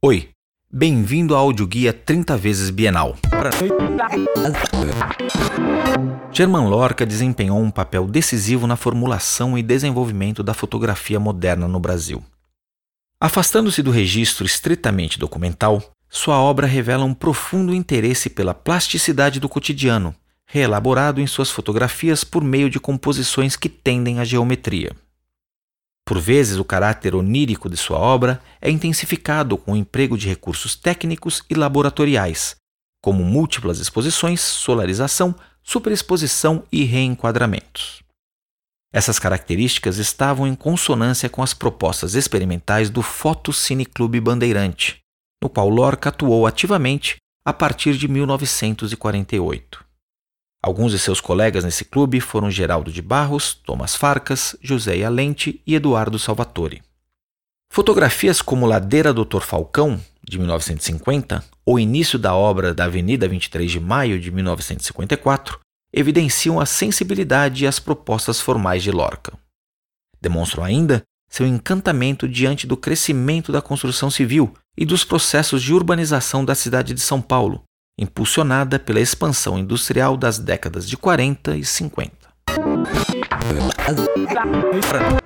Oi, bem-vindo ao audioguia 30 vezes Bienal. Germán Lorca desempenhou um papel decisivo na formulação e desenvolvimento da fotografia moderna no Brasil. Afastando-se do registro estritamente documental, sua obra revela um profundo interesse pela plasticidade do cotidiano, reelaborado em suas fotografias por meio de composições que tendem à geometria. Por vezes, o caráter onírico de sua obra é intensificado com o emprego de recursos técnicos e laboratoriais, como múltiplas exposições, solarização, superexposição e reenquadramentos. Essas características estavam em consonância com as propostas experimentais do Foto Cine Clube Bandeirante, no qual Lorca atuou ativamente a partir de 1948. Alguns de seus colegas nesse clube foram Geraldo de Barros, Thomas Farkas, José Lente e Eduardo Salvatore. Fotografias como Ladeira Dr. Falcão, de 1950, ou início da obra da Avenida 23 de Maio, de 1954, evidenciam a sensibilidade e as propostas formais de Lorca. Demonstram ainda seu encantamento diante do crescimento da construção civil e dos processos de urbanização da cidade de São Paulo, impulsionada pela expansão industrial das décadas de 40 e 50.